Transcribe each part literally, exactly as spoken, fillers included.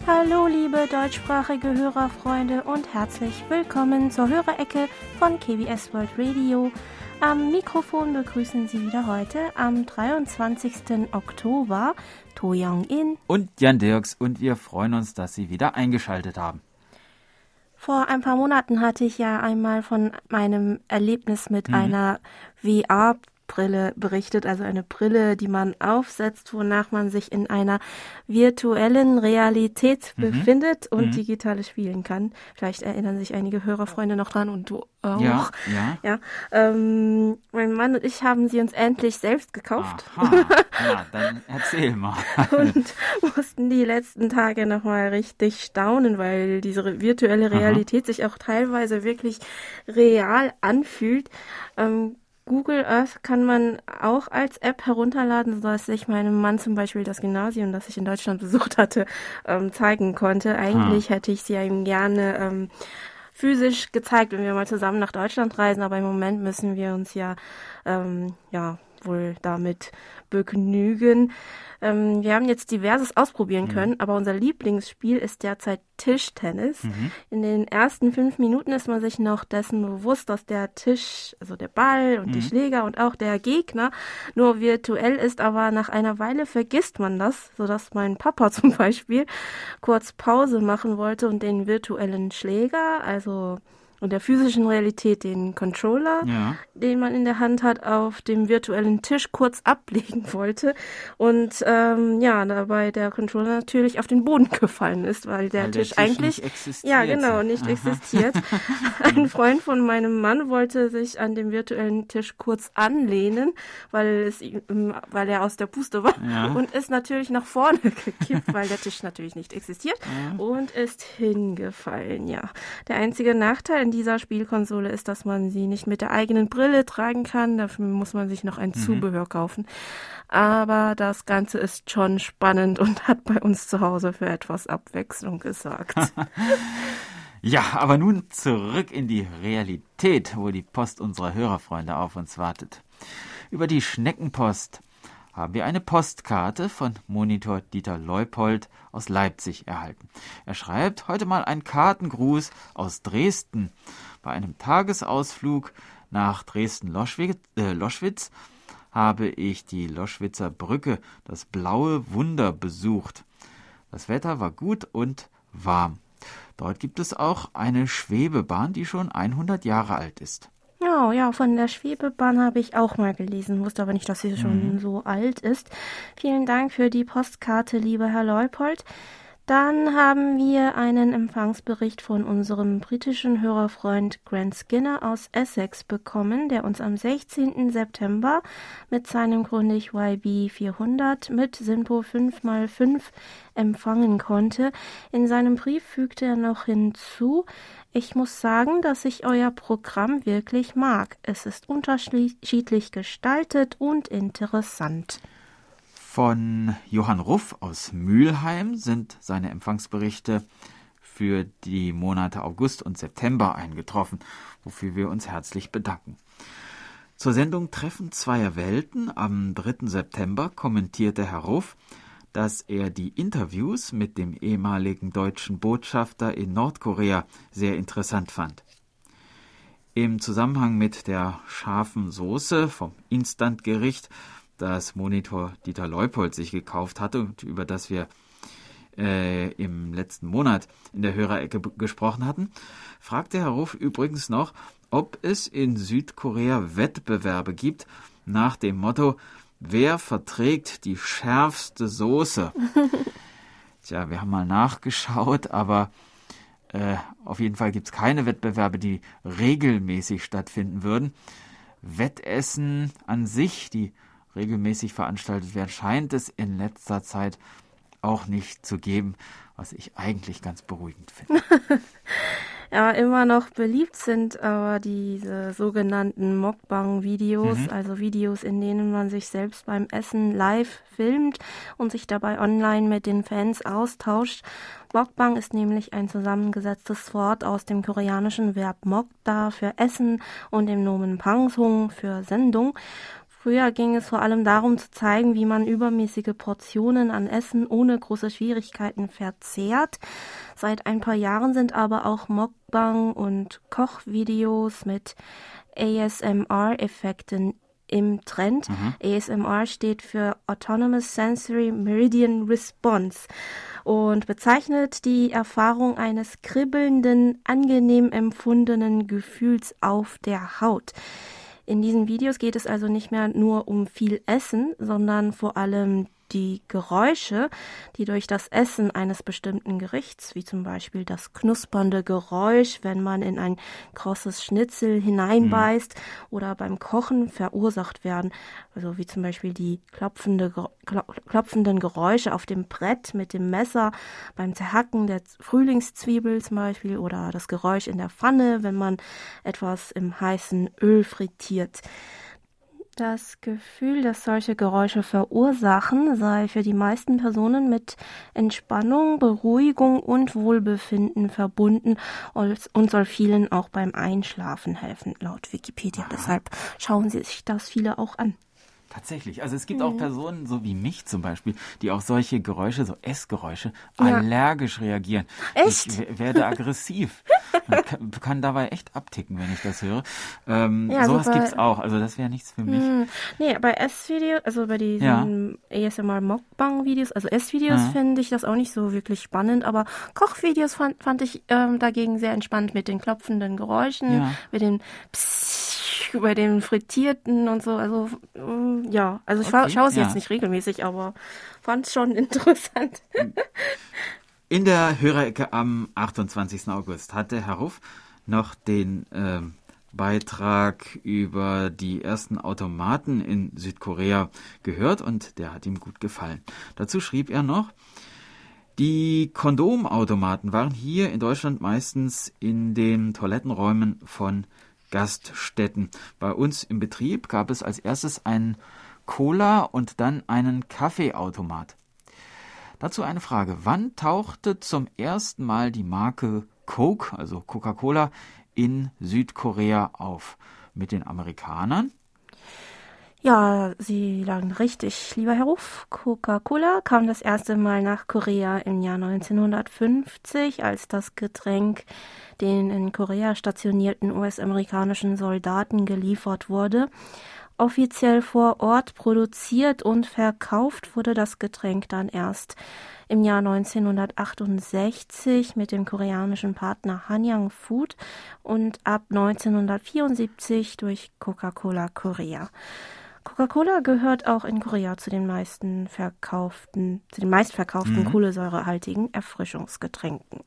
Hallo liebe deutschsprachige Hörerfreunde und herzlich willkommen zur Hörerecke von K B S World Radio. Am Mikrofon begrüßen Sie wieder heute am dreiundzwanzigsten Oktober To Young-in und Jan Dirks und wir freuen uns, dass Sie wieder eingeschaltet haben. Vor ein paar Monaten hatte ich ja einmal von meinem Erlebnis mit mhm. einer V R-Brille berichtet, also eine Brille, die man aufsetzt, wonach man sich in einer virtuellen Realität mhm. befindet und mhm. digital spielen kann. Vielleicht erinnern sich einige Hörerfreunde noch dran und du auch. Ja, ja. ja ähm, mein Mann und ich haben sie uns endlich selbst gekauft. Aha, ja, dann erzähl mal. Und mussten die letzten Tage nochmal richtig staunen, weil diese virtuelle Realität Aha. sich auch teilweise wirklich real anfühlt. Ähm, Google Earth kann man auch als App herunterladen, sodass ich meinem Mann zum Beispiel das Gymnasium, das ich in Deutschland besucht hatte, ähm, zeigen konnte. Eigentlich hm. hätte ich sie ihm gerne ähm, physisch gezeigt, wenn wir mal zusammen nach Deutschland reisen, aber im Moment müssen wir uns ja, ähm, ja wohl damit begnügen. Ähm, wir haben jetzt diverses ausprobieren mhm. können, aber unser Lieblingsspiel ist derzeit Tischtennis. Mhm. In den ersten fünf Minuten ist man sich noch dessen bewusst, dass der Tisch, also der Ball und mhm. die Schläger und auch der Gegner nur virtuell ist, aber nach einer Weile vergisst man das, sodass mein Papa zum Beispiel kurz Pause machen wollte und den virtuellen Schläger, also und der physischen Realität den Controller, ja. den man in der Hand hat, auf dem virtuellen Tisch kurz ablegen wollte und ähm, ja, dabei der Controller natürlich auf den Boden gefallen ist, weil der, weil Tisch, der Tisch eigentlich nicht existiert. Ja, genau, nicht Aha. existiert. Ein Freund von meinem Mann wollte sich an dem virtuellen Tisch kurz anlehnen, weil es weil er aus der Puste war ja. und ist natürlich nach vorne gekippt, weil der Tisch natürlich nicht existiert ja. und ist hingefallen, ja. Der einzige Nachteil in dieser Spielkonsole ist, dass man sie nicht mit der eigenen Brille tragen kann. Dafür muss man sich noch ein mhm. Zubehör kaufen. Aber das Ganze ist schon spannend und hat bei uns zu Hause für etwas Abwechslung gesorgt. Ja, aber nun zurück in die Realität, wo die Post unserer Hörerfreunde auf uns wartet. Über die Schneckenpost haben wir eine Postkarte von Monitor Dieter Leupold aus Leipzig erhalten. Er schreibt heute mal einen Kartengruß aus Dresden. Bei einem Tagesausflug nach Dresden-Loschwitz äh, Loschwitz habe ich die Loschwitzer Brücke, das blaue Wunder, besucht. Das Wetter war gut und warm. Dort gibt es auch eine Schwebebahn, die schon hundert Jahre alt ist. Ja, ja, von der Schwebebahn habe ich auch mal gelesen, wusste aber nicht, dass sie schon mhm. so alt ist. Vielen Dank für die Postkarte, lieber Herr Leupold. Dann haben wir einen Empfangsbericht von unserem britischen Hörerfreund Grant Skinner aus Essex bekommen, der uns am sechzehnten September mit seinem Grundig Y B vierhundert mit SINPO fünf mal fünf empfangen konnte. In seinem Brief fügte er noch hinzu: Ich muss sagen, dass ich euer Programm wirklich mag. Es ist unterschiedlich gestaltet und interessant. Von Johann Ruff aus Mülheim sind seine Empfangsberichte für die Monate August und September eingetroffen, wofür wir uns herzlich bedanken. Zur Sendung Treffen zweier Welten am dritten September kommentierte Herr Ruff, dass er die Interviews mit dem ehemaligen deutschen Botschafter in Nordkorea sehr interessant fand. Im Zusammenhang mit der scharfen Soße vom Instantgericht, das Monitor Dieter Leupold sich gekauft hatte und über das wir äh, im letzten Monat in der Hörerecke b- gesprochen hatten, fragte Herr Ruff übrigens noch, ob es in Südkorea Wettbewerbe gibt nach dem Motto: Wer verträgt die schärfste Soße? Tja, wir haben mal nachgeschaut, aber äh, auf jeden Fall gibt es keine Wettbewerbe, die regelmäßig stattfinden würden. Wettessen an sich, die regelmäßig veranstaltet werden, scheint es in letzter Zeit auch nicht zu geben, was ich eigentlich ganz beruhigend finde. Ja, immer noch beliebt sind aber diese sogenannten Mukbang-Videos, mhm. also Videos, in denen man sich selbst beim Essen live filmt und sich dabei online mit den Fans austauscht. Mukbang ist nämlich ein zusammengesetztes Wort aus dem koreanischen Verb mokda für Essen und dem Nomen Pangsong für Sendung. Früher ging es vor allem darum zu zeigen, wie man übermäßige Portionen an Essen ohne große Schwierigkeiten verzehrt. Seit ein paar Jahren sind aber auch Mukbang und Kochvideos mit A S M R-Effekten im Trend. Mhm. A S M R steht für Autonomous Sensory Meridian Response und bezeichnet die Erfahrung eines kribbelnden, angenehm empfundenen Gefühls auf der Haut. In diesen Videos geht es also nicht mehr nur um viel Essen, sondern vor allem die Geräusche, die durch das Essen eines bestimmten Gerichts, wie zum Beispiel das knuspernde Geräusch, wenn man in ein krosses Schnitzel hineinbeißt, mhm. oder beim Kochen verursacht werden. Also wie zum Beispiel die klopfende, klopfenden Geräusche auf dem Brett mit dem Messer beim Zerhacken der Frühlingszwiebel zum Beispiel oder das Geräusch in der Pfanne, wenn man etwas im heißen Öl frittiert. Das Gefühl, das solche Geräusche verursachen, sei für die meisten Personen mit Entspannung, Beruhigung und Wohlbefinden verbunden und soll vielen auch beim Einschlafen helfen, laut Wikipedia. Aha. Deshalb schauen Sie sich das viele auch an. Tatsächlich. Also es gibt mhm. auch Personen, so wie mich zum Beispiel, die auf solche Geräusche, so Essgeräusche, ja. allergisch reagieren. Echt? Ich werde aggressiv. Man kann, kann dabei echt abticken, wenn ich das höre. Ähm, ja, sowas also gibt's auch. Also das wäre nichts für mich. Mh, nee, bei Essvideos, also bei diesen ja. A S M R-Mukbang-Videos, also Essvideos ja. finde ich das auch nicht so wirklich spannend, aber Kochvideos fand, fand ich ähm, dagegen sehr entspannt mit den klopfenden Geräuschen, ja. mit den Psst, bei den Frittierten und so. Also mh, ja, also ich okay, schaue es ja. jetzt nicht regelmäßig, aber fand es schon interessant. In der Hörerecke am achtundzwanzigsten August hatte Herr Ruff noch den äh, Beitrag über die ersten Automaten in Südkorea gehört und der hat ihm gut gefallen. Dazu schrieb er noch, die Kondomautomaten waren hier in Deutschland meistens in den Toilettenräumen von Gaststätten. Bei uns im Betrieb gab es als erstes einen Cola und dann einen Kaffeeautomat. Dazu eine Frage. Wann tauchte zum ersten Mal die Marke Coke, also Coca-Cola, in Südkorea auf? Mit den Amerikanern? Ja, Sie lagen richtig, lieber Herr Ruff. Coca-Cola kam das erste Mal nach Korea im Jahr neunzehnhundertfünfzig, als das Getränk den in Korea stationierten U S-amerikanischen Soldaten geliefert wurde. Offiziell vor Ort produziert und verkauft wurde das Getränk dann erst im Jahr neunzehnhundertachtundsechzig mit dem koreanischen Partner Hanyang Food und ab neunzehnhundertvierundsiebzig durch Coca-Cola Korea. Coca-Cola gehört auch in Korea zu den meisten verkauften, zu den meistverkauften mhm. kohlensäurehaltigen Erfrischungsgetränken.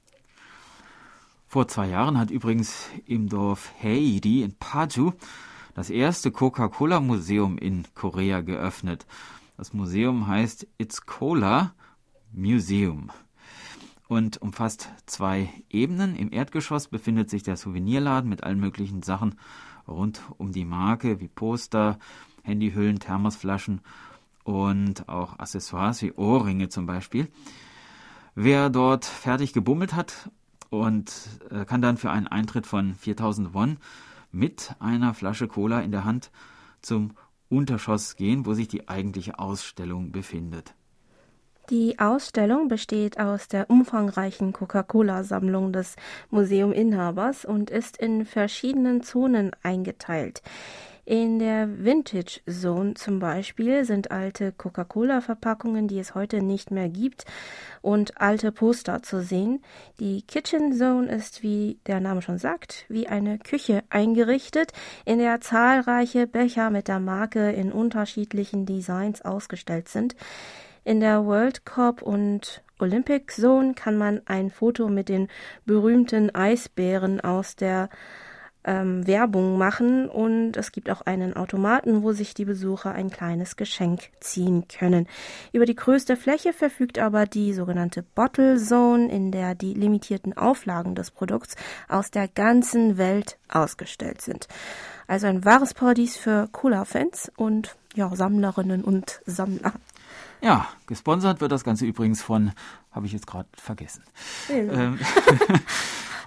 Vor zwei Jahren hat übrigens im Dorf Haeiri in Paju das erste Coca-Cola-Museum in Korea geöffnet. Das Museum heißt It's Cola Museum und umfasst zwei Ebenen. Im Erdgeschoss befindet sich der Souvenirladen mit allen möglichen Sachen rund um die Marke, wie Poster, Handyhüllen, Thermosflaschen und auch Accessoires wie Ohrringe zum Beispiel. Wer dort fertig gebummelt hat und äh, kann dann für einen Eintritt von viertausend Won mit einer Flasche Cola in der Hand zum Untergeschoss gehen, wo sich die eigentliche Ausstellung befindet. Die Ausstellung besteht aus der umfangreichen Coca-Cola-Sammlung des Museuminhabers und ist in verschiedenen Zonen eingeteilt. In der Vintage Zone zum Beispiel sind alte Coca-Cola-Verpackungen, die es heute nicht mehr gibt, und alte Poster zu sehen. Die Kitchen Zone ist, wie der Name schon sagt, wie eine Küche eingerichtet, in der zahlreiche Becher mit der Marke in unterschiedlichen Designs ausgestellt sind. In der World Cup und Olympic Zone kann man ein Foto mit den berühmten Eisbären aus der ähm, Werbung machen und es gibt auch einen Automaten, wo sich die Besucher ein kleines Geschenk ziehen können. Über die größte Fläche verfügt aber die sogenannte Bottle Zone, in der die limitierten Auflagen des Produkts aus der ganzen Welt ausgestellt sind. Also ein wahres Paradies für Cola-Fans und ja, Sammlerinnen und Sammler. Ja, gesponsert wird das Ganze übrigens von, habe ich jetzt gerade vergessen. Ähm,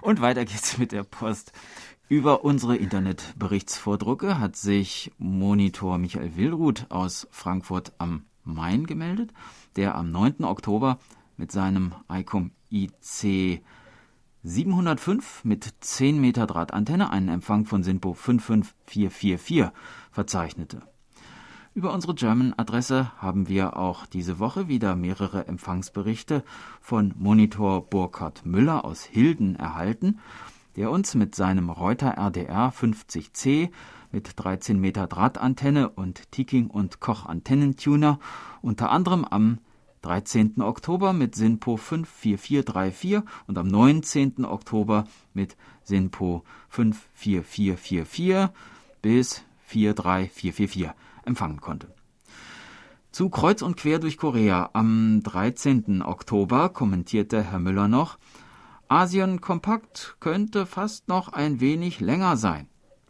Und weiter geht's mit der Post. Über unsere Internetberichtsvordrucke hat sich Monitor Michael Willruth aus Frankfurt am Main gemeldet, der am neunten Oktober mit seinem ICOM I C siebenhundertfünf mit zehn Meter Drahtantenne einen Empfang von SINPO fünf fünf vier vier vier verzeichnete. Über unsere German-Adresse haben wir auch diese Woche wieder mehrere Empfangsberichte von Monitor Burkhard Müller aus Hilden erhalten, der uns mit seinem Reuter R D R fünfzig C mit dreizehn Meter Drahtantenne und Tiking- und Koch-Antennentuner unter anderem am dreizehnten Oktober mit SINPO fünf vier vier drei vier und am neunzehnten Oktober mit SINPO fünf vier vier vier vier bis vier drei vier vier vier empfangen konnte. Zu Kreuz und Quer durch Korea am dreizehnten Oktober kommentierte Herr Müller noch: Asien Kompakt könnte fast noch ein wenig länger sein.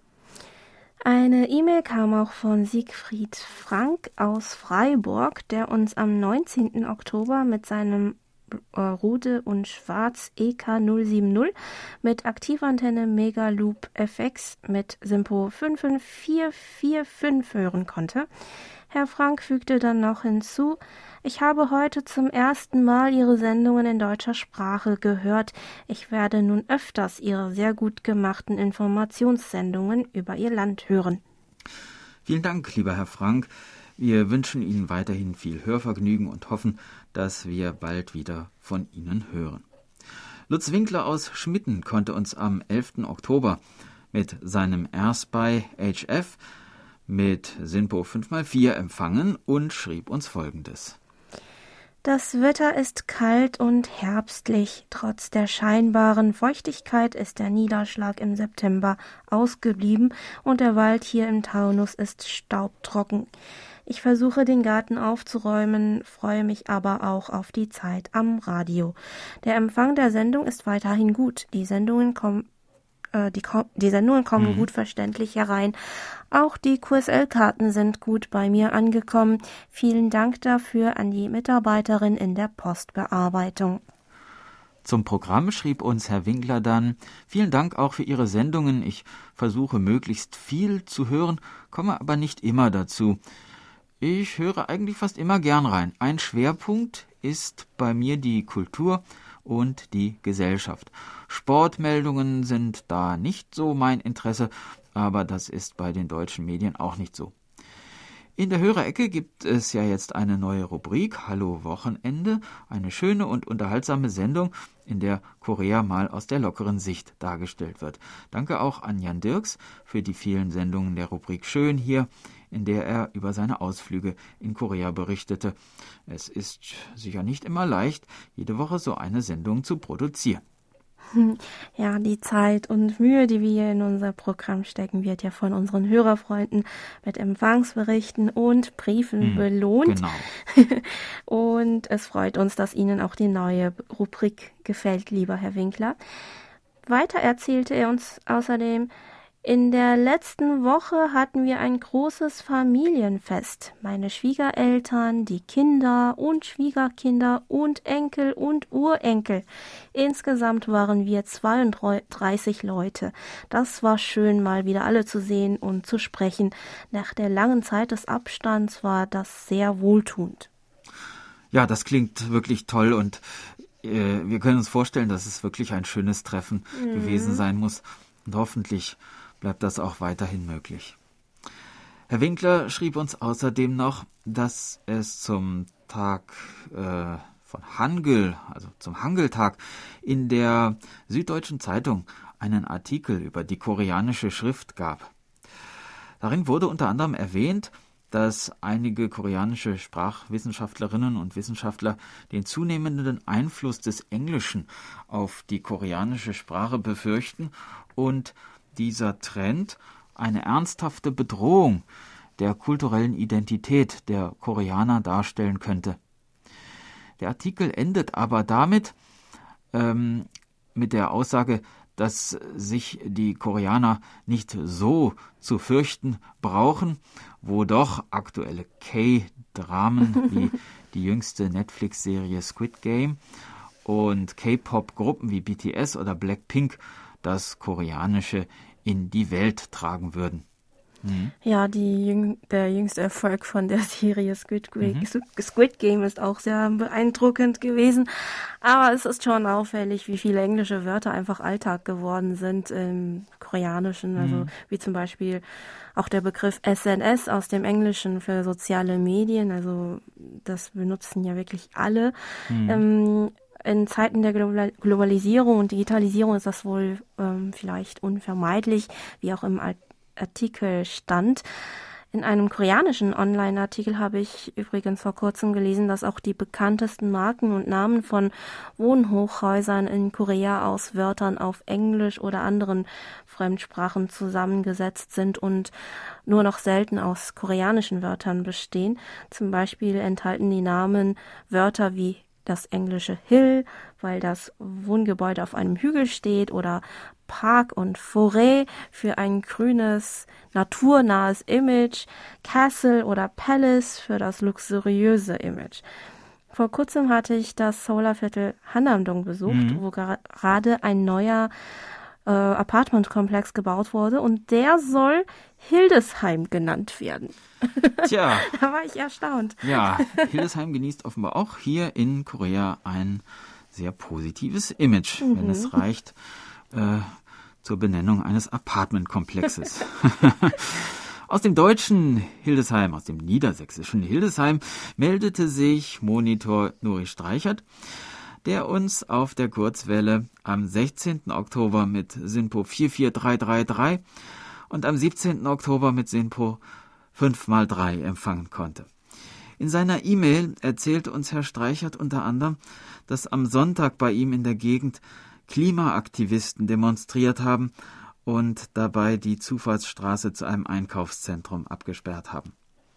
Eine E-Mail kam auch von Siegfried Frank aus Freiburg, der uns am neunzehnten Oktober mit seinem äh, Rode und Schwarz E K null sieben null mit Aktivantenne Megaloop F X mit SINPO fünf fünf vier vier fünf hören konnte. Herr Frank fügte dann noch hinzu: Ich habe heute zum ersten Mal Ihre Sendungen in deutscher Sprache gehört. Ich werde nun öfters Ihre sehr gut gemachten Informationssendungen über Ihr Land hören. Vielen Dank, lieber Herr Frank. Wir wünschen Ihnen weiterhin viel Hörvergnügen und hoffen, dass wir bald wieder von Ihnen hören. Lutz Winkler aus Schmitten konnte uns am elften Oktober mit seinem AirSpy H F mit SINPO fünf mal vier empfangen und schrieb uns Folgendes. Das Wetter ist kalt und herbstlich. Trotz der scheinbaren Feuchtigkeit ist der Niederschlag im September ausgeblieben und der Wald hier im Taunus ist staubtrocken. Ich versuche, den Garten aufzuräumen, freue mich aber auch auf die Zeit am Radio. Der Empfang der Sendung ist weiterhin gut. Die Sendungen kommen Die, die Sendungen kommen mhm. gut verständlich herein. Auch die Q S L-Karten sind gut bei mir angekommen. Vielen Dank dafür an die Mitarbeiterin in der Postbearbeitung. Zum Programm schrieb uns Herr Winkler dann: Vielen Dank auch für Ihre Sendungen. Ich versuche möglichst viel zu hören, komme aber nicht immer dazu. Ich höre eigentlich fast immer gern rein. Ein Schwerpunkt ist bei mir die Kultur und die Gesellschaft. Sportmeldungen sind da nicht so mein Interesse, aber das ist bei den deutschen Medien auch nicht so. In der Hörerecke gibt es ja jetzt eine neue Rubrik, Hallo Wochenende, eine schöne und unterhaltsame Sendung, in der Korea mal aus der lockeren Sicht dargestellt wird. Danke auch an Jan Dirks für die vielen Sendungen der Rubrik Schön hier, in der er über seine Ausflüge in Korea berichtete. Es ist sicher nicht immer leicht, jede Woche so eine Sendung zu produzieren. Ja, die Zeit und Mühe, die wir hier in unser Programm stecken, wird ja von unseren Hörerfreunden mit Empfangsberichten und Briefen hm, belohnt. Genau. Und es freut uns, dass Ihnen auch die neue Rubrik gefällt, lieber Herr Winkler. Weiter erzählte er uns außerdem: In der letzten Woche hatten wir ein großes Familienfest. Meine Schwiegereltern, die Kinder und Schwiegerkinder und Enkel und Urenkel. Insgesamt waren wir zweiunddreißig Leute. Das war schön, mal wieder alle zu sehen und zu sprechen. Nach der langen Zeit des Abstands war das sehr wohltuend. Ja, das klingt wirklich toll und äh, wir können uns vorstellen, dass es wirklich ein schönes Treffen mhm. gewesen sein muss. Und hoffentlich bleibt das auch weiterhin möglich. Herr Winkler schrieb uns außerdem noch, dass es zum Tag äh, von Hangul, also zum Hangul-Tag, in der Süddeutschen Zeitung einen Artikel über die koreanische Schrift gab. Darin wurde unter anderem erwähnt, dass einige koreanische Sprachwissenschaftlerinnen und Wissenschaftler den zunehmenden Einfluss des Englischen auf die koreanische Sprache befürchten und dieser Trend eine ernsthafte Bedrohung der kulturellen Identität der Koreaner darstellen könnte. Der Artikel endet aber damit, ähm, mit der Aussage, dass sich die Koreaner nicht so zu fürchten brauchen, wo doch aktuelle K-Dramen wie die jüngste Netflix-Serie Squid Game und K-Pop-Gruppen wie B T S oder Blackpink das Koreanische in die Welt tragen würden. Mhm. Ja, die, der jüngste Erfolg von der Serie Squid, mhm. Squid Game ist auch sehr beeindruckend gewesen. Aber es ist schon auffällig, wie viele englische Wörter einfach Alltag geworden sind im Koreanischen. Also mhm. wie zum Beispiel auch der Begriff S N S aus dem Englischen für soziale Medien. Also das benutzen ja wirklich alle. Mhm. Ähm, In Zeiten der Globalisierung und Digitalisierung ist das wohl ähm, vielleicht unvermeidlich, wie auch im Artikel stand. In einem koreanischen Online-Artikel habe ich übrigens vor kurzem gelesen, dass auch die bekanntesten Marken und Namen von Wohnhochhäusern in Korea aus Wörtern auf Englisch oder anderen Fremdsprachen zusammengesetzt sind und nur noch selten aus koreanischen Wörtern bestehen. Zum Beispiel enthalten die Namen Wörter wie das englische Hill, weil das Wohngebäude auf einem Hügel steht, oder Park und Forêt für ein grünes, naturnahes Image, Castle oder Palace für das luxuriöse Image. Vor kurzem hatte ich das Seouler-Viertel Hanamdong besucht, mhm. wo gerade ein neuer äh, Apartmentkomplex gebaut wurde und der soll Hildesheim genannt werden. Tja. Da war ich erstaunt. Ja, Hildesheim genießt offenbar auch hier in Korea ein sehr positives Image, mhm. wenn es reicht äh, zur Benennung eines Apartmentkomplexes. Aus dem deutschen Hildesheim, aus dem niedersächsischen Hildesheim, meldete sich Monitor Nuri Streichert, der uns auf der Kurzwelle am sechzehnten Oktober mit SINPO vier vier drei drei drei und am siebzehnten Oktober mit SINPO fünf mal drei empfangen konnte. In seiner E-Mail erzählte uns Herr Streichert unter anderem, dass am Sonntag bei ihm in der Gegend Klimaaktivisten demonstriert haben und dabei die Zufahrtsstraße zu einem Einkaufszentrum abgesperrt haben.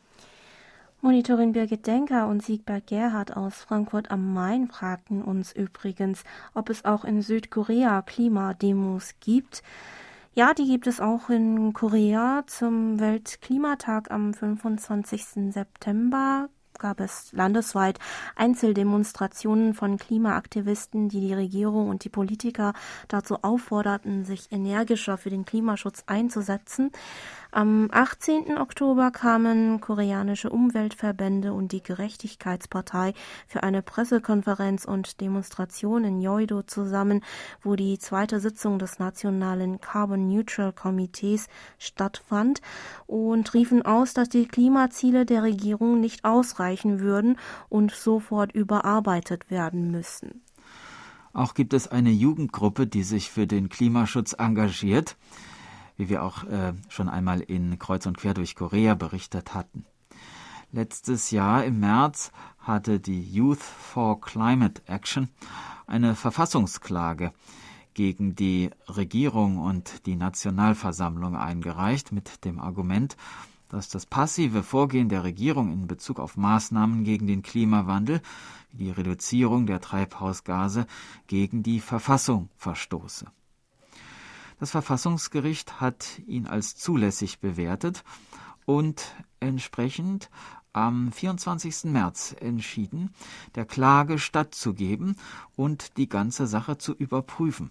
Monitorin Birgit Denker und Siegbert Gerhard aus Frankfurt am Main fragten uns übrigens, ob es auch in Südkorea Klimademos gibt. Ja, die gibt es auch in Korea. Zum Weltklimatag am fünfundzwanzigsten September gab es landesweit Einzeldemonstrationen von Klimaaktivisten, die die Regierung und die Politiker dazu aufforderten, sich energischer für den Klimaschutz einzusetzen. Am achtzehnten Oktober kamen koreanische Umweltverbände und die Gerechtigkeitspartei für eine Pressekonferenz und Demonstration in Yeouido zusammen, wo die zweite Sitzung des nationalen Carbon Neutral Komitees stattfand, und riefen aus, dass die Klimaziele der Regierung nicht ausreichen würden und sofort überarbeitet werden müssen. Auch gibt es eine Jugendgruppe, die sich für den Klimaschutz engagiert, wie wir auch äh, schon einmal in Kreuz und Quer durch Korea berichtet hatten. Letztes Jahr im März hatte die Youth for Climate Action eine Verfassungsklage gegen die Regierung und die Nationalversammlung eingereicht, mit dem Argument, dass das passive Vorgehen der Regierung in Bezug auf Maßnahmen gegen den Klimawandel, wie die Reduzierung der Treibhausgase, gegen die Verfassung verstoße. Das Verfassungsgericht hat ihn als zulässig bewertet und entsprechend am vierundzwanzigsten März entschieden, der Klage stattzugeben und die ganze Sache zu überprüfen.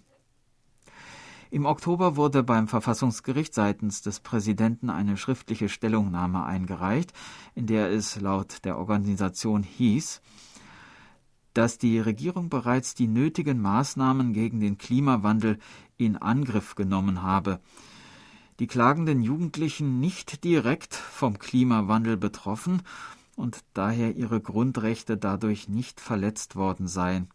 Im Oktober wurde beim Verfassungsgericht seitens des Präsidenten eine schriftliche Stellungnahme eingereicht, in der es laut der Organisation hieß, dass die Regierung bereits die nötigen Maßnahmen gegen den Klimawandel in Angriff genommen habe, die klagenden Jugendlichen nicht direkt vom Klimawandel betroffen und daher ihre Grundrechte dadurch nicht verletzt worden seien.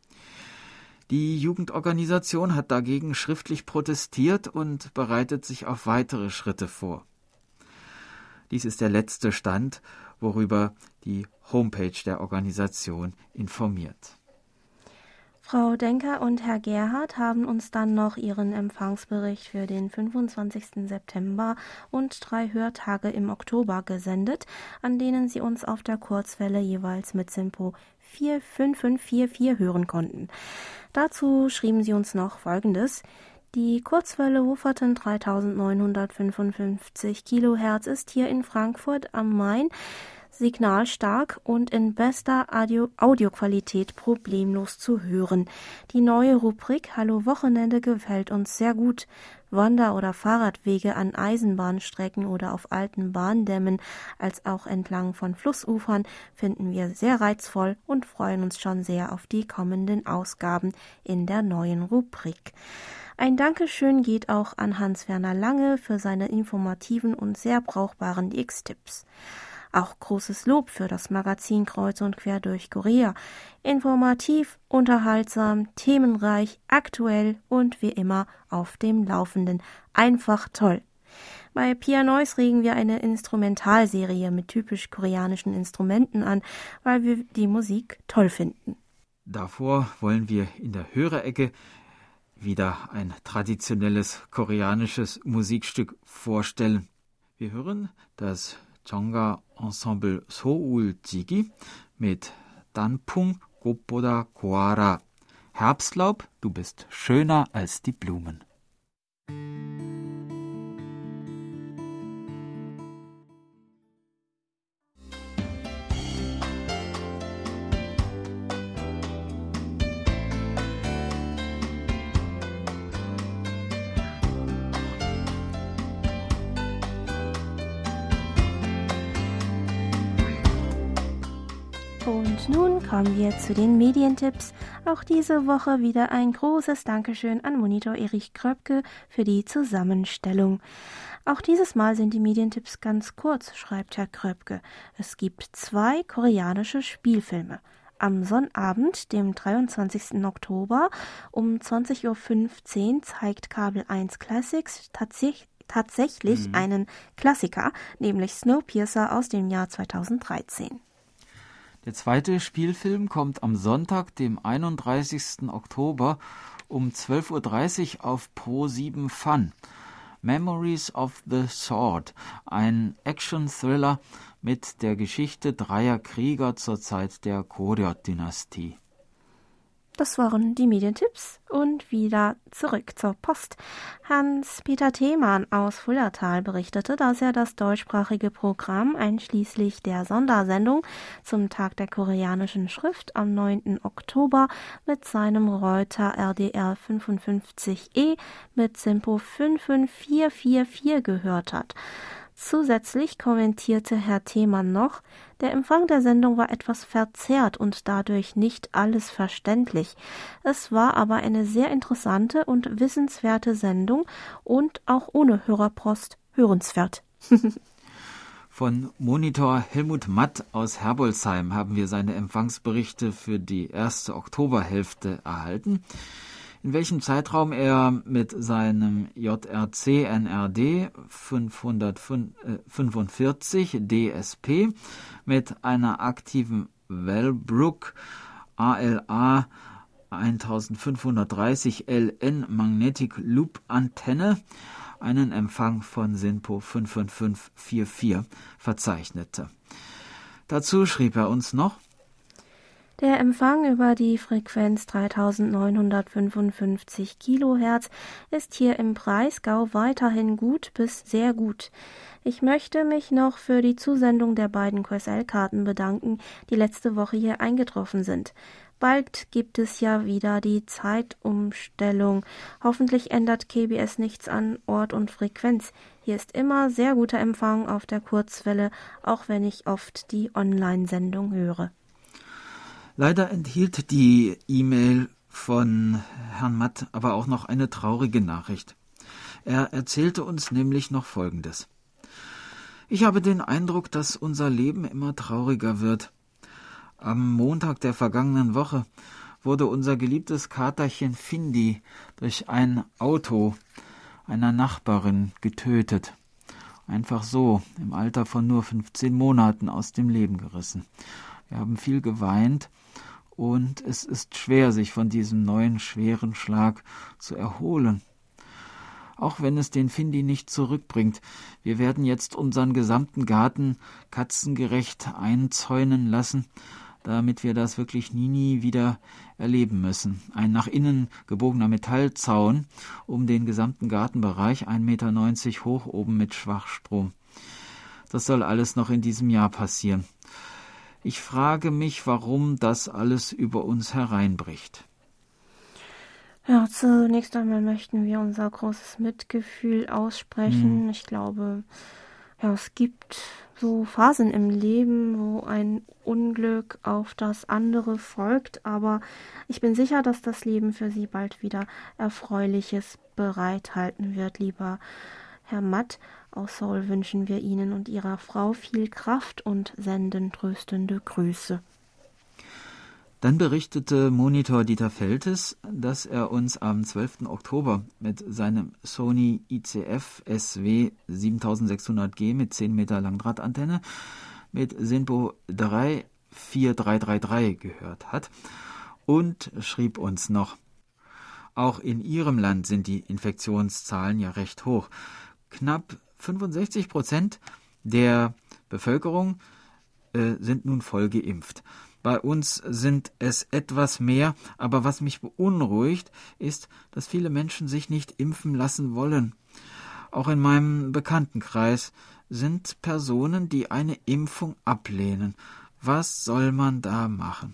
Die Jugendorganisation hat dagegen schriftlich protestiert und bereitet sich auf weitere Schritte vor. Dies ist der letzte Stand, worüber die Homepage der Organisation informiert. Frau Denker und Herr Gerhard haben uns dann noch ihren Empfangsbericht für den fünfundzwanzigsten September und drei Hörtage im Oktober gesendet, an denen sie uns auf der Kurzwelle jeweils mit SINPO vier fünf fünf vier vier hören konnten. Dazu schrieben sie uns noch Folgendes: Die Kurzwelle Wufferten dreitausendneunhundertfünfundfünfzig Kilohertz ist hier in Frankfurt am Main signalstark und in bester Audio- Audioqualität problemlos zu hören. Die neue Rubrik Hallo Wochenende gefällt uns sehr gut. Wander- oder Fahrradwege an Eisenbahnstrecken oder auf alten Bahndämmen als auch entlang von Flussufern finden wir sehr reizvoll und freuen uns schon sehr auf die kommenden Ausgaben in der neuen Rubrik. Ein Dankeschön geht auch an Hans-Werner Lange für seine informativen und sehr brauchbaren X-Tipps. Auch großes Lob für das Magazin Kreuz und Quer durch Korea. Informativ, unterhaltsam, themenreich, aktuell und wie immer auf dem Laufenden. Einfach toll. Bei Pia Nois regen wir eine Instrumentalserie mit typisch koreanischen Instrumenten an, weil wir die Musik toll finden. Davor wollen wir in der Hörerecke wieder ein traditionelles koreanisches Musikstück vorstellen. Wir hören das Jeonga Ensemble Seoul Jigi mit Danpung Gopboda Goara. Herbstlaub, du bist schöner als die Blumen. Und nun kommen wir zu den Medientipps. Auch diese Woche wieder ein großes Dankeschön an Monitor Erich Kröpke für die Zusammenstellung. Auch dieses Mal sind die Medientipps ganz kurz, schreibt Herr Kröpke. Es gibt zwei koreanische Spielfilme. Am Sonnabend, dem dreiundzwanzigsten Oktober um zwanzig Uhr fünfzehn zeigt Kabel eins Classics tatsächlich tatsächlich mhm. einen Klassiker, nämlich Snowpiercer aus dem Jahr zweitausenddreizehn. Der zweite Spielfilm kommt am Sonntag, dem einunddreißigsten Oktober um zwölf Uhr dreißig auf Pro sieben Fun. Memories of the Sword, ein Action-Thriller mit der Geschichte dreier Krieger zur Zeit der Goryeo-Dynastie. Das waren die Medientipps und wieder zurück zur Post. Hans-Peter Themann aus Fullertal berichtete, dass er das deutschsprachige Programm einschließlich der Sondersendung zum Tag der koreanischen Schrift am neunten Oktober mit seinem Reuter R D R fünfundfünfzig E mit Simpo fünf fünf vier vier vier gehört hat. Zusätzlich kommentierte Herr Themann noch, der Empfang der Sendung war etwas verzerrt und dadurch nicht alles verständlich. Es war aber eine sehr interessante und wissenswerte Sendung und auch ohne Hörerpost hörenswert. Von Monitor Helmut Matt aus Herbolzheim haben wir seine Empfangsberichte für die erste Oktoberhälfte erhalten, in welchem Zeitraum er mit seinem J R C N R D fünfhundertfünfundvierzig D S P mit einer aktiven Wellbrook A L A fünfzehnhundertdreißig L N Magnetic Loop Antenne einen Empfang von Sinpo fünf fünf fünf vier vier verzeichnete. Dazu schrieb er uns noch: Der Empfang über die Frequenz dreitausendneunhundertfünfundfünfzig Kilohertz ist hier im Breisgau weiterhin gut bis sehr gut. Ich möchte mich noch für die Zusendung der beiden Q S L-Karten bedanken, die letzte Woche hier eingetroffen sind. Bald gibt es ja wieder die Zeitumstellung. Hoffentlich ändert K B S nichts an Ort und Frequenz. Hier ist immer sehr guter Empfang auf der Kurzwelle, auch wenn ich oft die Online-Sendung höre. Leider enthielt die E-Mail von Herrn Matt aber auch noch eine traurige Nachricht. Er erzählte uns nämlich noch Folgendes: Ich habe den Eindruck, dass unser Leben immer trauriger wird. Am Montag der vergangenen Woche wurde unser geliebtes Katerchen Findi durch ein Auto einer Nachbarin getötet. Einfach so, im Alter von nur fünfzehn Monaten aus dem Leben gerissen. Wir haben viel geweint und es ist schwer, sich von diesem neuen schweren Schlag zu erholen. Auch wenn es den Findi nicht zurückbringt, wir werden jetzt unseren gesamten Garten katzengerecht einzäunen lassen, damit wir das wirklich nie, nie wieder erleben müssen. Ein nach innen gebogener Metallzaun um den gesamten Gartenbereich, ein Meter neunzig hoch, oben mit Schwachstrom. Das soll alles noch in diesem Jahr passieren. Ich frage mich, warum das alles über uns hereinbricht. Ja, zunächst einmal möchten wir unser großes Mitgefühl aussprechen. Hm. Ich glaube, ja, es gibt so Phasen im Leben, wo ein Unglück auf das andere folgt, aber ich bin sicher, dass das Leben für Sie bald wieder Erfreuliches bereithalten wird, lieber Herr Matt. Aus Seoul wünschen wir Ihnen und Ihrer Frau viel Kraft und senden tröstende Grüße. Dann berichtete Monitor Dieter Feltes, dass er uns am zwölften Oktober mit seinem Sony I C F S W siebentausendsechshundert G mit zehn Meter Langdrahtantenne mit SINPO drei vier drei drei drei gehört hat und schrieb uns noch: Auch in Ihrem Land sind die Infektionszahlen ja recht hoch. Knapp fünfundsechzig Prozent der Bevölkerung äh, sind nun voll geimpft. Bei uns sind es etwas mehr, aber was mich beunruhigt, ist, dass viele Menschen sich nicht impfen lassen wollen. Auch in meinem Bekanntenkreis sind Personen, die eine Impfung ablehnen. Was soll man da machen?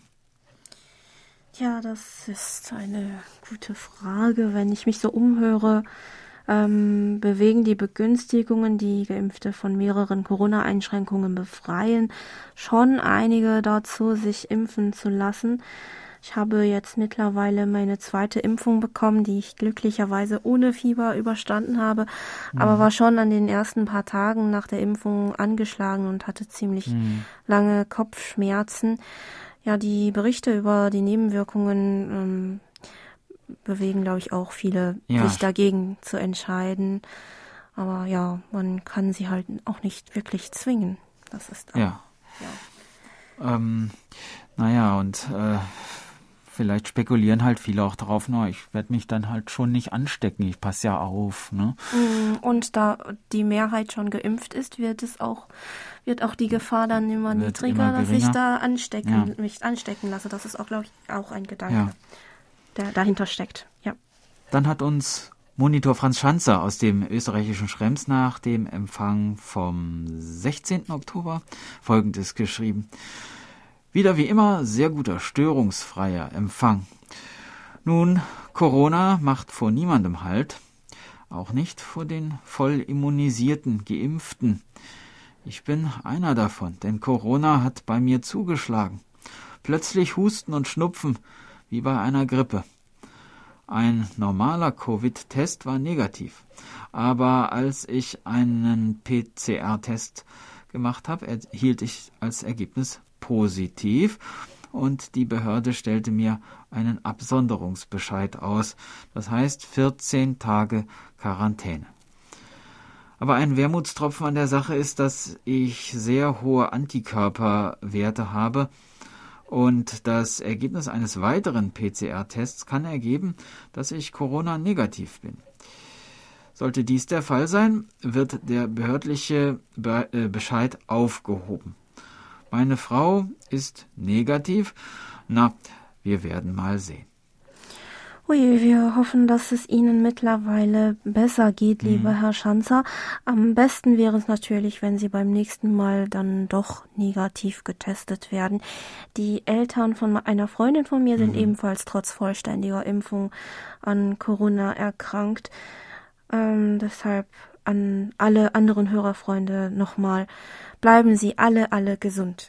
Ja, das ist eine gute Frage. Wenn ich mich so umhöre, ähm, bewegen die Begünstigungen, die Geimpfte von mehreren Corona-Einschränkungen befreien, schon einige dazu, sich impfen zu lassen. Ich habe jetzt mittlerweile meine zweite Impfung bekommen, die ich glücklicherweise ohne Fieber überstanden habe, mhm. aber war schon an den ersten paar Tagen nach der Impfung angeschlagen und hatte ziemlich mhm. lange Kopfschmerzen. Ja, die Berichte über die Nebenwirkungen ähm, bewegen, glaube ich, auch viele, ja. sich dagegen zu entscheiden. Aber ja, man kann sie halt auch nicht wirklich zwingen. Das ist auch, ja. ja. Ähm, naja, und äh, vielleicht spekulieren halt viele auch darauf, no, ich werde mich dann halt schon nicht anstecken, ich passe ja auf. Ne? Und da die Mehrheit schon geimpft ist, wird es auch, wird auch die Gefahr dann immer wird niedriger, immer dass ich da anstecken, ja. mich anstecken lasse. Das ist auch, glaube ich, auch ein Gedanke, ja. der dahinter steckt. Ja. Dann hat uns Monitor Franz Schanzer aus dem österreichischen Schrems nach dem Empfang vom sechzehnten Oktober Folgendes geschrieben. Wieder wie immer sehr guter, störungsfreier Empfang. Nun, Corona macht vor niemandem Halt, auch nicht vor den voll immunisierten, Geimpften. Ich bin einer davon, denn Corona hat bei mir zugeschlagen. Plötzlich Husten und Schnupfen, wie bei einer Grippe. Ein normaler Covid-Test war negativ, aber als ich einen P C R-Test gemacht habe, erhielt ich als Ergebnis positiv und die Behörde stellte mir einen Absonderungsbescheid aus, das heißt vierzehn Tage Quarantäne. Aber ein Wermutstropfen an der Sache ist, dass ich sehr hohe Antikörperwerte habe und das Ergebnis eines weiteren P C R-Tests kann ergeben, dass ich Corona-negativ bin. Sollte dies der Fall sein, wird der behördliche Be- äh, Bescheid aufgehoben. Meine Frau ist negativ. Na, wir werden mal sehen. Ui, wir hoffen, dass es Ihnen mittlerweile besser geht, mhm. lieber Herr Schanzer. Am besten wäre es natürlich, wenn Sie beim nächsten Mal dann doch negativ getestet werden. Die Eltern von einer Freundin von mir sind mhm. ebenfalls trotz vollständiger Impfung an Corona erkrankt. Ähm, deshalb an alle anderen Hörerfreunde nochmal, bleiben Sie alle, alle gesund.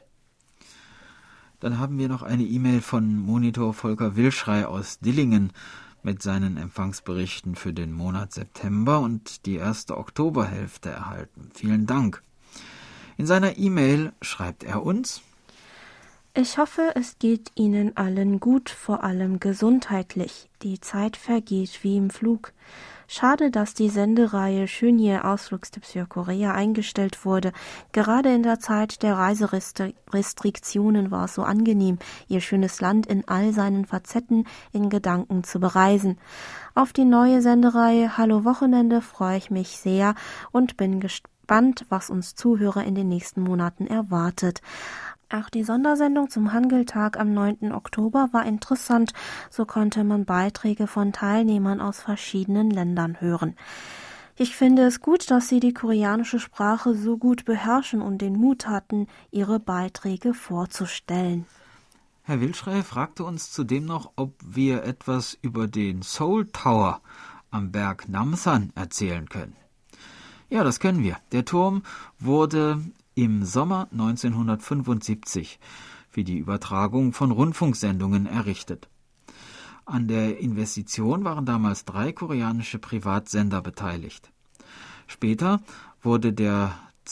Dann haben wir noch eine E-Mail von Monitor Volker Wilschrei aus Dillingen mit seinen Empfangsberichten für den Monat September und die erste Oktoberhälfte erhalten. Vielen Dank. In seiner E-Mail schreibt er uns: Ich hoffe, es geht Ihnen allen gut, vor allem gesundheitlich. Die Zeit vergeht wie im Flug. Schade, dass die Sendereihe Schönje Ausflugstipps für Korea eingestellt wurde. Gerade in der Zeit der Reiserestriktionen war es so angenehm, ihr schönes Land in all seinen Facetten in Gedanken zu bereisen. Auf die neue Sendereihe Hallo Wochenende freue ich mich sehr und bin gespannt, was uns Zuhörer in den nächsten Monaten erwartet. Auch die Sondersendung zum Hangul-Tag am neunten Oktober war interessant, so konnte man Beiträge von Teilnehmern aus verschiedenen Ländern hören. Ich finde es gut, dass Sie die koreanische Sprache so gut beherrschen und den Mut hatten, Ihre Beiträge vorzustellen. Herr Wildschrey fragte uns zudem noch, ob wir etwas über den Seoul Tower am Berg Namsan erzählen können. Ja, das können wir. Der Turm wurde im Sommer neunzehnhundertfünfundsiebzig für die Übertragung von Rundfunksendungen errichtet. An der Investition waren damals drei koreanische Privatsender beteiligt. Später wurde der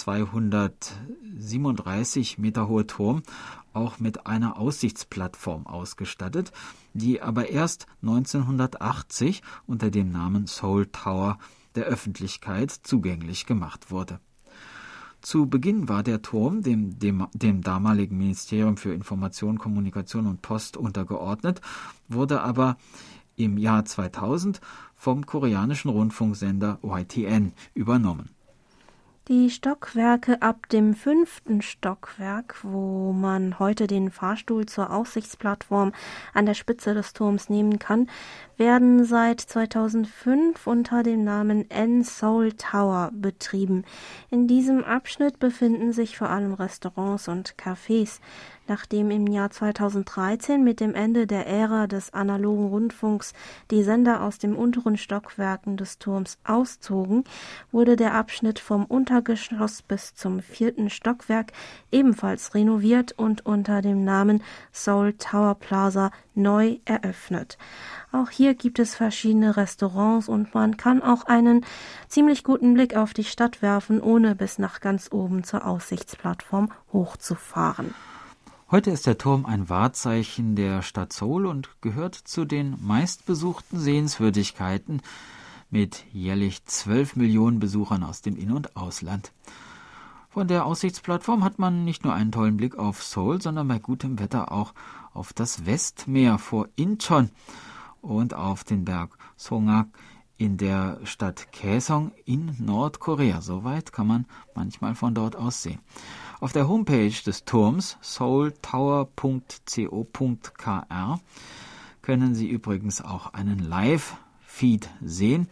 zweihundertsiebenunddreißig Meter hohe Turm auch mit einer Aussichtsplattform ausgestattet, die aber erst neunzehnhundertachtzig unter dem Namen Seoul Tower der Öffentlichkeit zugänglich gemacht wurde. Zu Beginn war der Turm dem, dem, dem damaligen Ministerium für Information, Kommunikation und Post untergeordnet, wurde aber im Jahr zweitausend vom koreanischen Rundfunksender Y T N übernommen. Die Stockwerke ab dem fünften Stockwerk, wo man heute den Fahrstuhl zur Aussichtsplattform an der Spitze des Turms nehmen kann, werden seit zweitausendfünf unter dem Namen N-Seoul Tower betrieben. In diesem Abschnitt befinden sich vor allem Restaurants und Cafés. Nachdem im Jahr zweitausenddreizehn mit dem Ende der Ära des analogen Rundfunks die Sender aus den unteren Stockwerken des Turms auszogen, wurde der Abschnitt vom Untergeschoss bis zum vierten Stockwerk ebenfalls renoviert und unter dem Namen Seoul Tower Plaza neu eröffnet. Auch hier gibt es verschiedene Restaurants und man kann auch einen ziemlich guten Blick auf die Stadt werfen, ohne bis nach ganz oben zur Aussichtsplattform hochzufahren. Heute ist der Turm ein Wahrzeichen der Stadt Seoul und gehört zu den meistbesuchten Sehenswürdigkeiten mit jährlich zwölf Millionen Besuchern aus dem In- und Ausland. Von der Aussichtsplattform hat man nicht nur einen tollen Blick auf Seoul, sondern bei gutem Wetter auch auf das Westmeer vor Incheon und auf den Berg Songak in der Stadt Kaesong in Nordkorea. Soweit kann man manchmal von dort aus sehen. Auf der Homepage des Turms seoultower punkt co punkt k r können Sie übrigens auch einen Live-Feed sehen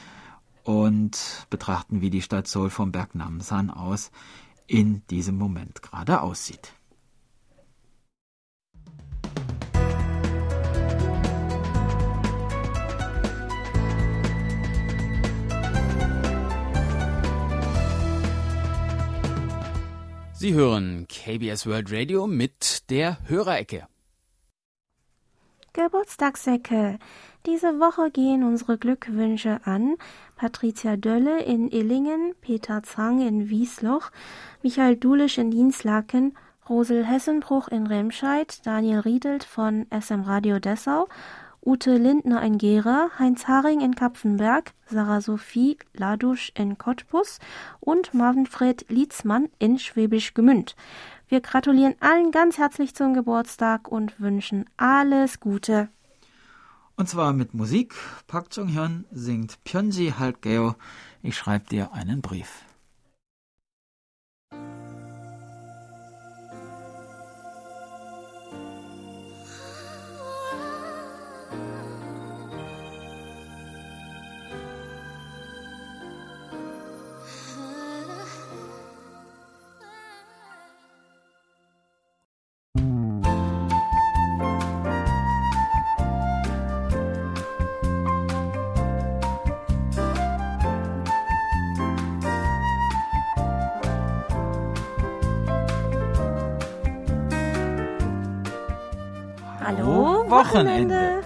und betrachten, wie die Stadt Seoul vom Berg Namsan aus in diesem Moment gerade aussieht. Sie hören K B S World Radio mit der Hörerecke. Geburtstagsecke. Diese Woche gehen unsere Glückwünsche an Patricia Dölle in Illingen, Peter Zang in Wiesloch, Michael Dulisch in Dinslaken, Rosel Hessenbruch in Remscheid, Daniel Riedelt von S M Radio Dessau, Ute Lindner in Gera, Heinz Haring in Kapfenberg, Sarah Sophie Ladusch in Cottbus und Marvinfred Lietzmann in Schwäbisch Gmünd. Wir gratulieren allen ganz herzlich zum Geburtstag und wünschen alles Gute. Und zwar mit Musik. Park Jong-hyun singt Pyeonji Halgeo. Ich schreibe dir einen Brief. Hallo, Wochenende.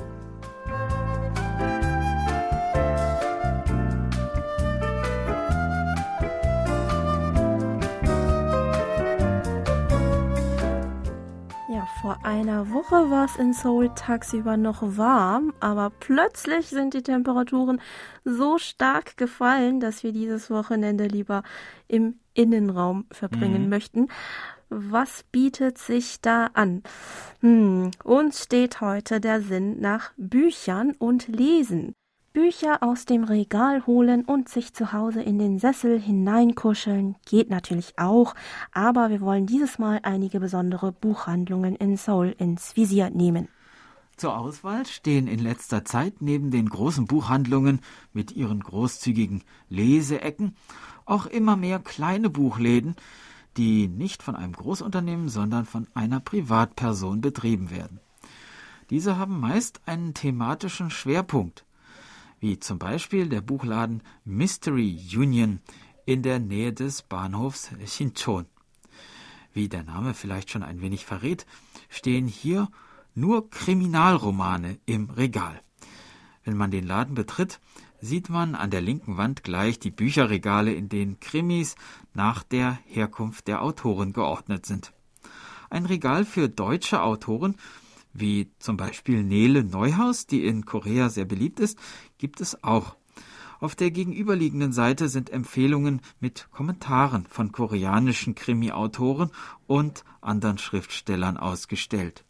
Ja, vor einer Woche war es in Seoul tagsüber noch warm, aber plötzlich sind die Temperaturen so stark gefallen, dass wir dieses Wochenende lieber im Innenraum verbringen mhm. möchten. Was bietet sich da an? Hm, uns steht heute der Sinn nach Büchern und Lesen. Bücher aus dem Regal holen und sich zu Hause in den Sessel hineinkuscheln geht natürlich auch, aber wir wollen dieses Mal einige besondere Buchhandlungen in Seoul ins Visier nehmen. Zur Auswahl stehen in letzter Zeit neben den großen Buchhandlungen mit ihren großzügigen Leseecken auch immer mehr kleine Buchläden, die nicht von einem Großunternehmen, sondern von einer Privatperson betrieben werden. Diese haben meist einen thematischen Schwerpunkt, wie zum Beispiel der Buchladen Mystery Union in der Nähe des Bahnhofs Sinchon. Wie der Name vielleicht schon ein wenig verrät, stehen hier nur Kriminalromane im Regal. Wenn man den Laden betritt, sieht man an der linken Wand gleich die Bücherregale, in denen Krimis nach der Herkunft der Autoren geordnet sind. Ein Regal für deutsche Autoren, wie zum Beispiel Nele Neuhaus, die in Korea sehr beliebt ist, gibt es auch. Auf der gegenüberliegenden Seite sind Empfehlungen mit Kommentaren von koreanischen Krimi-Autoren und anderen Schriftstellern ausgestellt.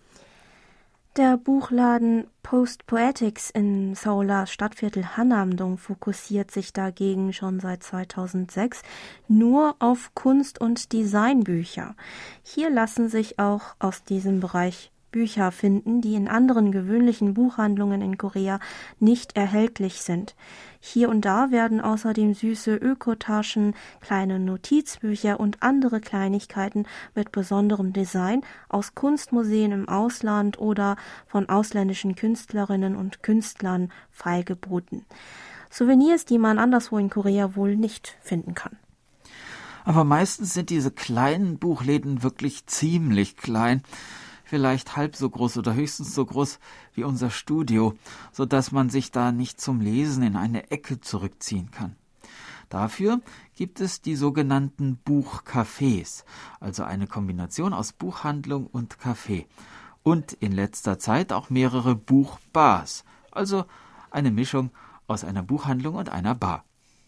Der Buchladen Post Poetics im Seouler Stadtviertel Hannamdong fokussiert sich dagegen schon seit zweitausendsechs nur auf Kunst- und Designbücher. Hier lassen sich auch aus diesem Bereich Bücher finden, die in anderen gewöhnlichen Buchhandlungen in Korea nicht erhältlich sind. Hier und da werden außerdem süße Ökotaschen, kleine Notizbücher und andere Kleinigkeiten mit besonderem Design aus Kunstmuseen im Ausland oder von ausländischen Künstlerinnen und Künstlern feilgeboten. Souvenirs, die man anderswo in Korea wohl nicht finden kann. Aber meistens sind diese kleinen Buchläden wirklich ziemlich klein, vielleicht halb so groß oder höchstens so groß wie unser Studio, so dass man sich da nicht zum Lesen in eine Ecke zurückziehen kann. Dafür gibt es die sogenannten Buchcafés, also eine Kombination aus Buchhandlung und Café. Und in letzter Zeit auch mehrere Buchbars, also eine Mischung aus einer Buchhandlung und einer Bar.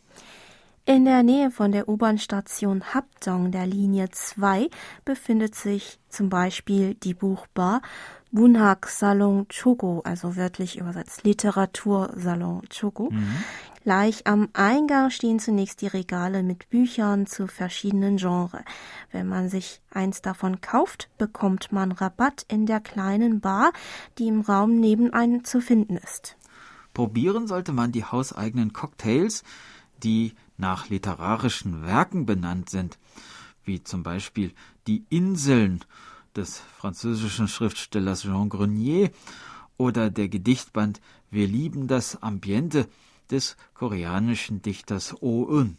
In der Nähe von der U-Bahn-Station Hapdong der Linie zwei befindet sich zum Beispiel die Buchbar Bunhak Salon Chogo, also wörtlich übersetzt Literatursalon Chogo. Mhm. Gleich am Eingang stehen zunächst die Regale mit Büchern zu verschiedenen Genres. Wenn man sich eins davon kauft, bekommt man Rabatt in der kleinen Bar, die im Raum nebenan zu finden ist. Probieren sollte man die hauseigenen Cocktails, die nach literarischen Werken benannt sind, wie zum Beispiel Die Inseln des französischen Schriftstellers Jean Grenier oder der Gedichtband Wir lieben das Ambiente des koreanischen Dichters Oh Eun.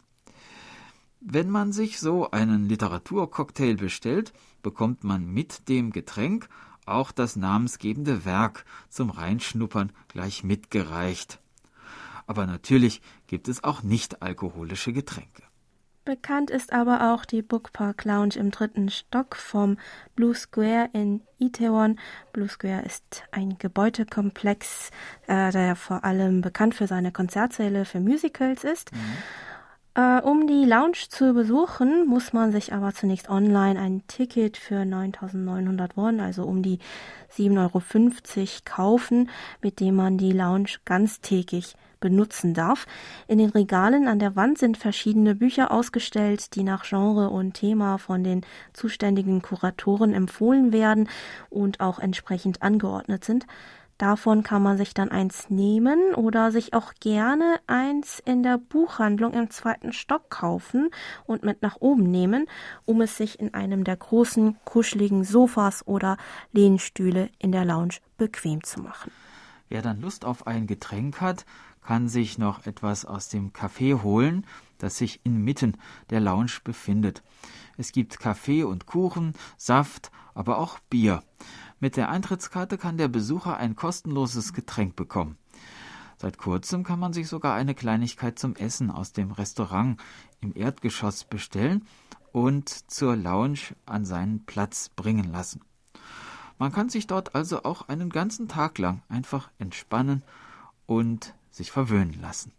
Wenn man sich so einen Literaturcocktail bestellt, bekommt man mit dem Getränk auch das namensgebende Werk zum Reinschnuppern gleich mitgereicht. Aber natürlich gibt es auch nicht-alkoholische Getränke. Bekannt ist aber auch die Bookpark Lounge im dritten Stock vom Blue Square in Itaewon. Blue Square ist ein Gebäudekomplex, äh, der vor allem bekannt für seine Konzertsäle für Musicals ist. Mhm. Äh, um die Lounge zu besuchen, muss man sich aber zunächst online ein Ticket für neuntausendneunhundert Won, also um die sieben Euro fünfzig, kaufen, mit dem man die Lounge ganztägig benutzen darf. In den Regalen an der Wand sind verschiedene Bücher ausgestellt, die nach Genre und Thema von den zuständigen Kuratoren empfohlen werden und auch entsprechend angeordnet sind. Davon kann man sich dann eins nehmen oder sich auch gerne eins in der Buchhandlung im zweiten Stock kaufen und mit nach oben nehmen, um es sich in einem der großen, kuscheligen Sofas oder Lehnstühle in der Lounge bequem zu machen. Wer dann Lust auf ein Getränk hat, kann sich noch etwas aus dem Café holen, das sich inmitten der Lounge befindet. Es gibt Kaffee und Kuchen, Saft, aber auch Bier. Mit der Eintrittskarte kann der Besucher ein kostenloses Getränk bekommen. Seit kurzem kann man sich sogar eine Kleinigkeit zum Essen aus dem Restaurant im Erdgeschoss bestellen und zur Lounge an seinen Platz bringen lassen. Man kann sich dort also auch einen ganzen Tag lang einfach entspannen und sich verwöhnen lassen.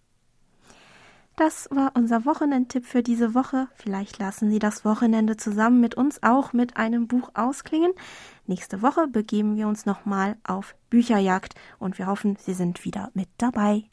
Das war unser Wochenendtipp für diese Woche. Vielleicht lassen Sie das Wochenende zusammen mit uns auch mit einem Buch ausklingen. Nächste Woche begeben wir uns nochmal auf Bücherjagd und wir hoffen, Sie sind wieder mit dabei.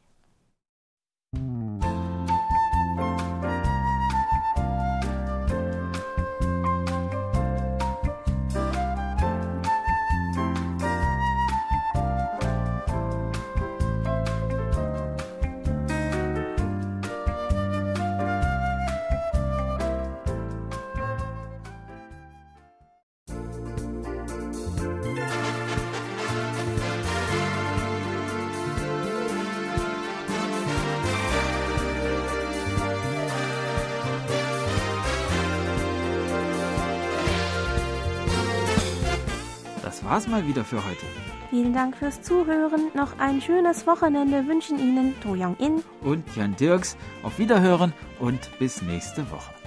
das war's mal wieder für heute. Vielen Dank fürs Zuhören. Noch ein schönes Wochenende wünschen Ihnen To Young-in und Jan Dirks. Auf Wiederhören und bis nächste Woche.